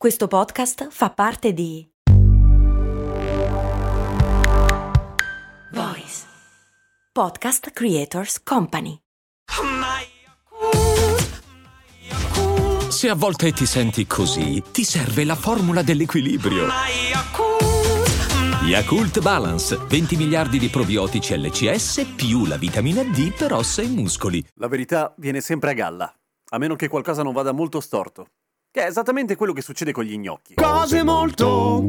Questo podcast fa parte di Voice Podcast Creators Company. Se a volte ti senti così, ti serve la formula dell'equilibrio. Yakult Balance, 20 miliardi di probiotici LCS più la vitamina D per ossa e muscoli. La verità viene sempre a galla, a meno che qualcosa non vada molto storto. Che è esattamente quello che succede con gli gnocchi. Cose molto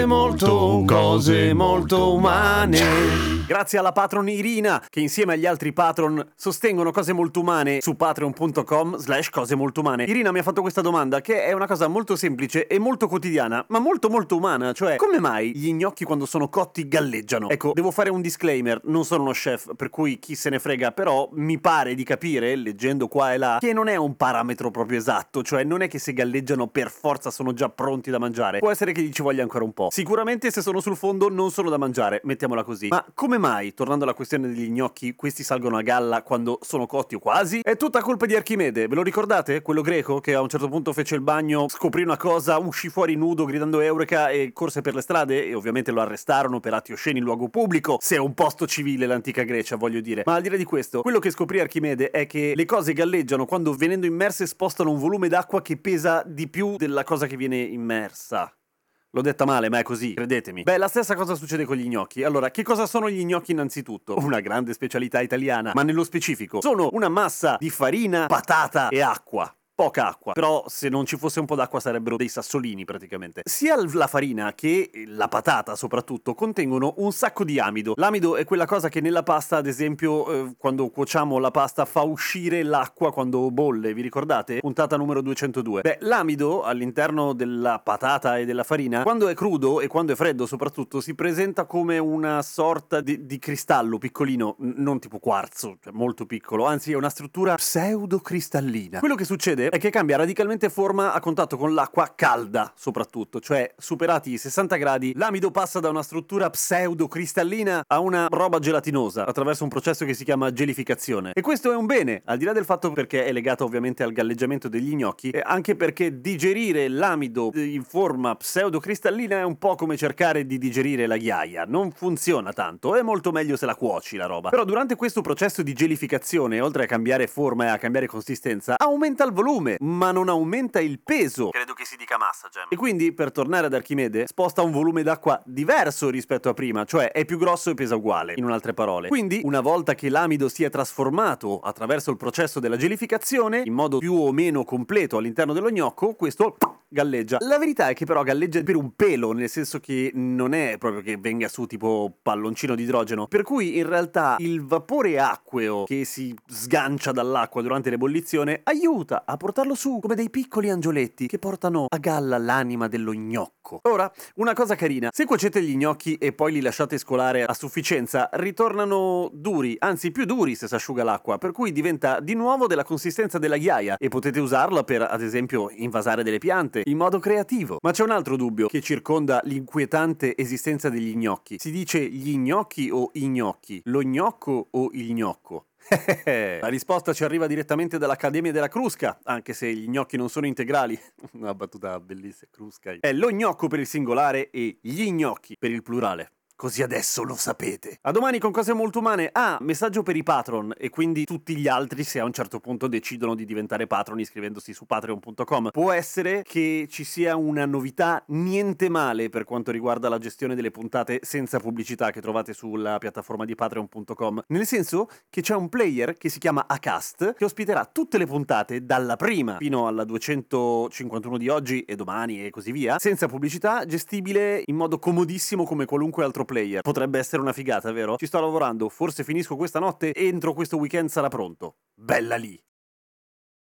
umane. Grazie alla patron Irina, che insieme agli altri patron sostengono Cose Molto Umane su patreon.com/cose molto umane. Irina mi ha fatto questa domanda, che è una cosa molto semplice e molto quotidiana, ma molto umana, cioè come mai gli gnocchi quando sono cotti galleggiano? Ecco, devo fare un disclaimer, non sono uno chef, per cui chi se ne frega, però mi pare di capire, leggendo qua e là, che non è un parametro proprio esatto, cioè non è che se galleggiano per forza sono già pronti da mangiare. Può essere che gli ci voglia ancora un po'. Sicuramente se sono sul fondo non sono da mangiare, mettiamola così. Ma come mai, tornando alla questione degli gnocchi, questi salgono a galla quando sono cotti o quasi? È tutta colpa di Archimede, ve lo ricordate? Quello greco che a un certo punto fece il bagno, scoprì una cosa, uscì fuori nudo gridando Eureka e corse per le strade e ovviamente lo arrestarono per atti osceni in luogo pubblico. Se è un posto civile l'antica Grecia, voglio dire. Ma al di là di questo, quello che scoprì Archimede è che le cose galleggiano quando, venendo immerse, spostano un volume d'acqua che pesa di più della cosa che viene immersa. L'ho detta male, ma è così, credetemi. Beh, la stessa cosa succede con gli gnocchi. Allora, che cosa sono gli gnocchi innanzitutto? Una grande specialità italiana, ma nello specifico sono una massa di farina, patata e acqua. Poca acqua, però se non ci fosse un po' d'acqua sarebbero dei sassolini praticamente. Sia la farina che la patata soprattutto contengono un sacco di amido. L'amido è quella cosa che nella pasta, ad esempio, quando cuociamo la pasta fa uscire l'acqua quando bolle, vi ricordate? Puntata numero 202. Beh, l'amido all'interno della patata e della farina, quando è crudo e quando è freddo soprattutto, si presenta come una sorta di cristallo piccolino, non tipo quarzo, cioè molto piccolo, anzi è una struttura pseudocristallina. Quello che succede è che cambia radicalmente forma a contatto con l'acqua calda, soprattutto, cioè superati i 60 gradi, l'amido passa da una struttura pseudocristallina a una roba gelatinosa attraverso un processo che si chiama gelificazione. E questo è un bene, al di là del fatto perché è legato ovviamente al galleggiamento degli gnocchi, e anche perché digerire l'amido in forma pseudocristallina è un po' come cercare di digerire la ghiaia, non funziona tanto, è molto meglio se la cuoci la roba. Però durante questo processo di gelificazione, oltre a cambiare forma e a cambiare consistenza, aumenta il volume, ma non aumenta il peso. Credo che si dica massa, Gem. E quindi, per tornare ad Archimede, sposta un volume d'acqua diverso rispetto a prima, cioè è più grosso e pesa uguale, in altre parole. Quindi, una volta che l'amido si è trasformato attraverso il processo della gelificazione, in modo più o meno completo all'interno dello gnocco, questo galleggia. La verità è che però galleggia per un pelo, nel senso che non è proprio che venga su tipo palloncino di idrogeno, per cui in realtà il vapore acqueo che si sgancia dall'acqua durante l'ebollizione aiuta a portarlo su come dei piccoli angioletti che portano a galla l'anima dello gnocco. Ora, una cosa carina, se cuocete gli gnocchi e poi li lasciate scolare a sufficienza, ritornano duri, anzi più duri se si asciuga l'acqua, per cui diventa di nuovo della consistenza della ghiaia e potete usarla per, ad esempio, invasare delle piante in modo creativo. Ma c'è un altro dubbio che circonda l'inquietante esistenza degli gnocchi. Si dice gli gnocchi o i gnocchi? Lo gnocco o il gnocco? La risposta ci arriva direttamente dall'Accademia della Crusca, anche se gli gnocchi non sono integrali. Una battuta bellissima, Crusca. È lo gnocco per il singolare e gli gnocchi per il plurale. Così adesso lo sapete. A domani con Cose Molto Umane. Messaggio per i patron e quindi tutti gli altri se a un certo punto decidono di diventare patron iscrivendosi su patreon.com. Può essere che ci sia una novità niente male per quanto riguarda la gestione delle puntate senza pubblicità che trovate sulla piattaforma di patreon.com. Nel senso che c'è un player che si chiama Acast che ospiterà tutte le puntate dalla prima fino alla 251 di oggi e domani e così via, senza pubblicità, gestibile in modo comodissimo come qualunque altro player. Potrebbe essere una figata, vero? Ci sto lavorando, forse finisco questa notte e entro questo weekend sarà pronto. Bella lì!